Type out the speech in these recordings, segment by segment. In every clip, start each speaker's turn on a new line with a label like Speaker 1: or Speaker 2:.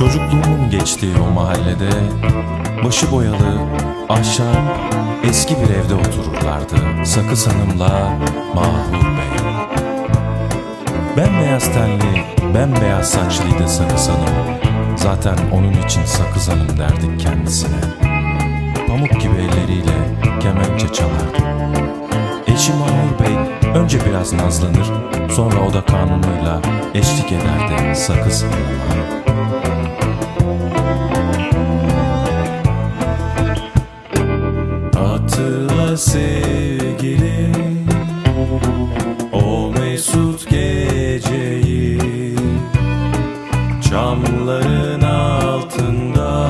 Speaker 1: Çocukluğumun geçtiği o mahallede başı boyalı, ahşap, eski bir evde otururlardı Sakız Hanım'la Mahur Bey. Bembeyaz tenli, bembeyaz saçlıydı Sakız Hanım. Zaten onun için Sakız Hanım derdik kendisine. Pamuk gibi elleriyle kemençe çalardı. Eşi Mahur Bey önce biraz nazlanır, sonra o da kanunuyla eşlik ederdi Sakız Hanım'a. Hatırla sevgilim o mesut geceyi, çamların altında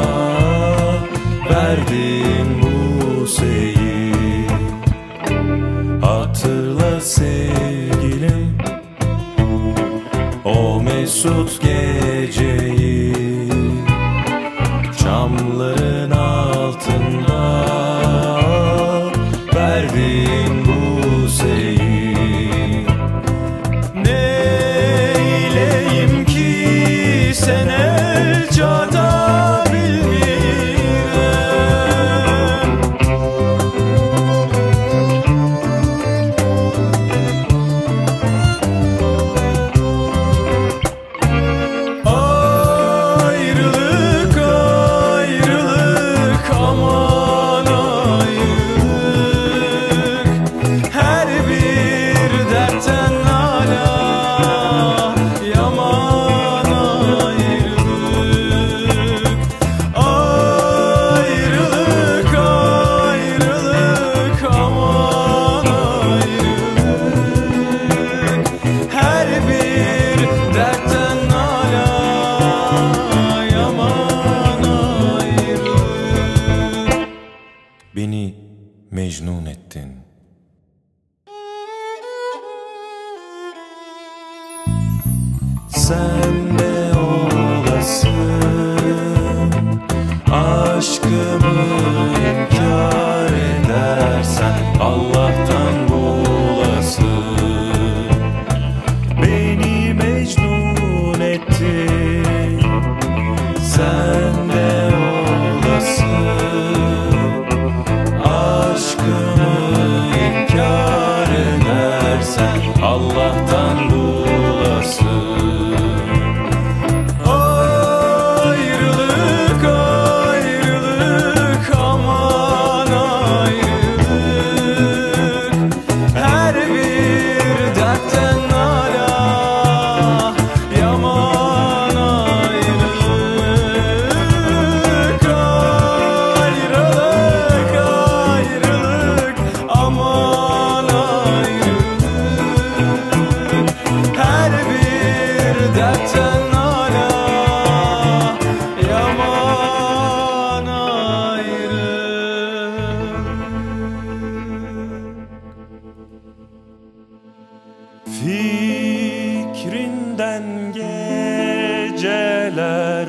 Speaker 1: verdiğin buseyi. Hatırla sevgilim o mesut geceyi, çamların altında verdiğin buseyi. Neyleyim ki sen el çata bilmirem. Ayrılık ayrılık aman ayrılık, her bir dertten hala yaman ayrılık. Ayrılık ayrılık aman ayrılık, her bir dertten hala yaman ayrılık. Beni mecnun ettin. Sen de olasın, aşkımı inkar edersen Allah'tan bulasın. Beni mecnun ettin. Sen de olasın, aşkımı inkar edersen Allah'tan bulasın. Ayrılık ayrılık aman ayrılık, her bir dertten hala yaman ayrılık. Ayrılık ayrılık aman ayrılık, her bir dertten hala yaman ayrılık. Fikrinden geceler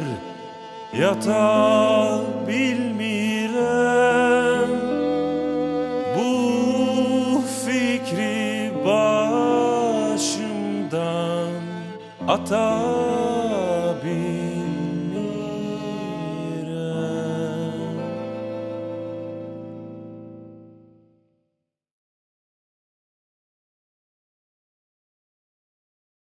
Speaker 1: yatabilmirem, bu fikri başımdan atabilmirem.